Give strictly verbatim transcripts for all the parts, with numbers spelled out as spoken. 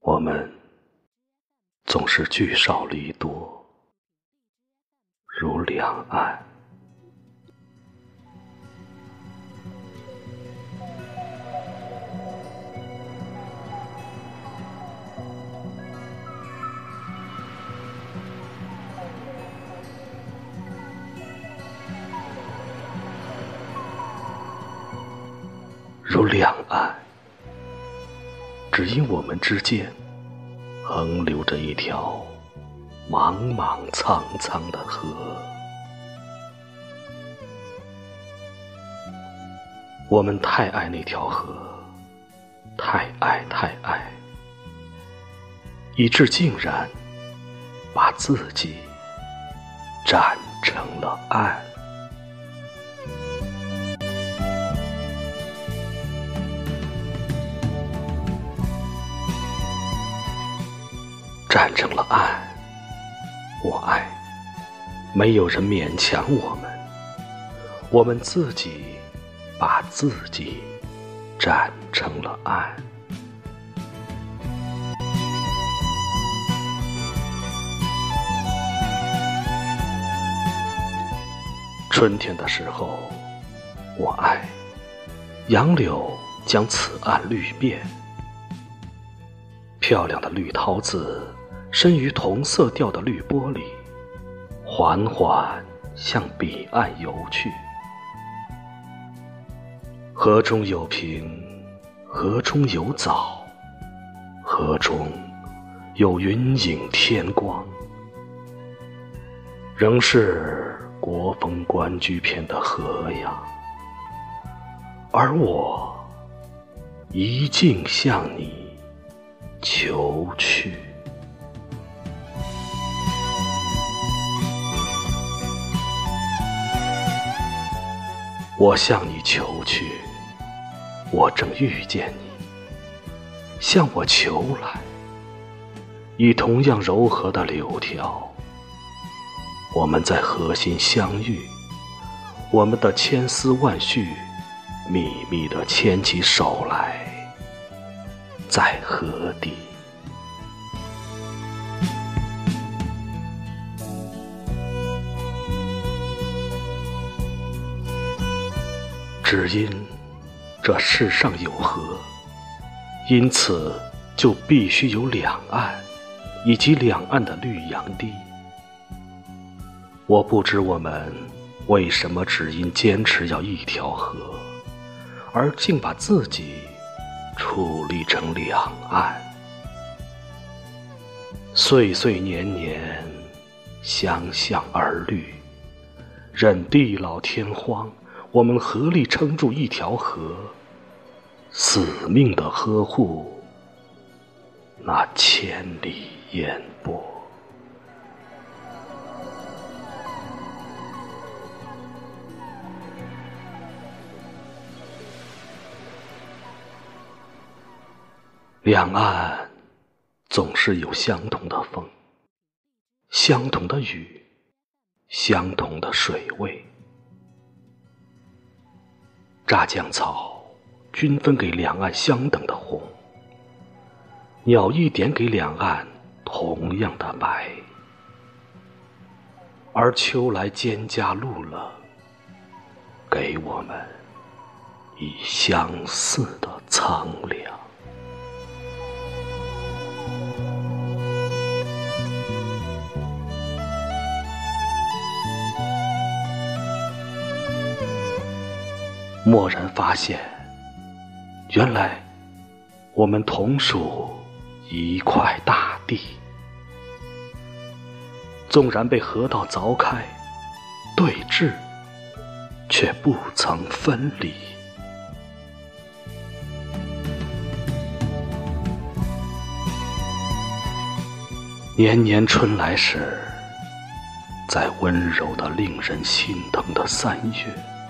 我们总是聚少离多，如两岸。如两岸，只因我们之间横流着一条茫茫苍苍的河。我们太爱那条河，太爱太爱，以致竟然把自己站成了岸。站成了岸，我爱，没有人勉强我们，我们自己把自己站成了岸。春天的时候，我爱，杨柳将此岸绿遍，漂亮的绿桃子身于同色调的绿波里，缓缓向彼岸游去。河中有萍，河中有藻，河中有云影天光，仍是国风关雎片的河呀。而我一径向你求去。我向你求去，我正遇见你，向我求来，以同样柔和的柳条。我们在河心相遇，我们的千丝万绪秘密地牵起手来，在河底。只因这世上有河，因此就必须有两岸，以及两岸的绿杨堤。我不知我们为什么只因坚持要一条河，而竟把自己矗立成两岸。岁岁年年，相向而绿，任地老天荒，我们合力撑住一条河，死命地呵护那千里烟波。两岸总是有相同的风，相同的雨，相同的水味。炸江草均分给两岸相等的红，鸟一点给两岸同样的白，而秋来蒹葭露了，给我们以相似的苍凉。蓦然发现，原来我们同属一块大地，纵然被河道凿开对峙，却不曾分离。年年春来时，在温柔的令人心疼的三月，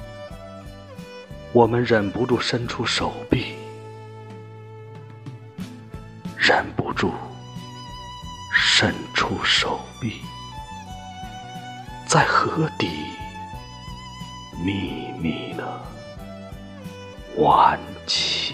我们忍不住伸出手臂，忍不住伸出手臂，在河底秘密地挽起。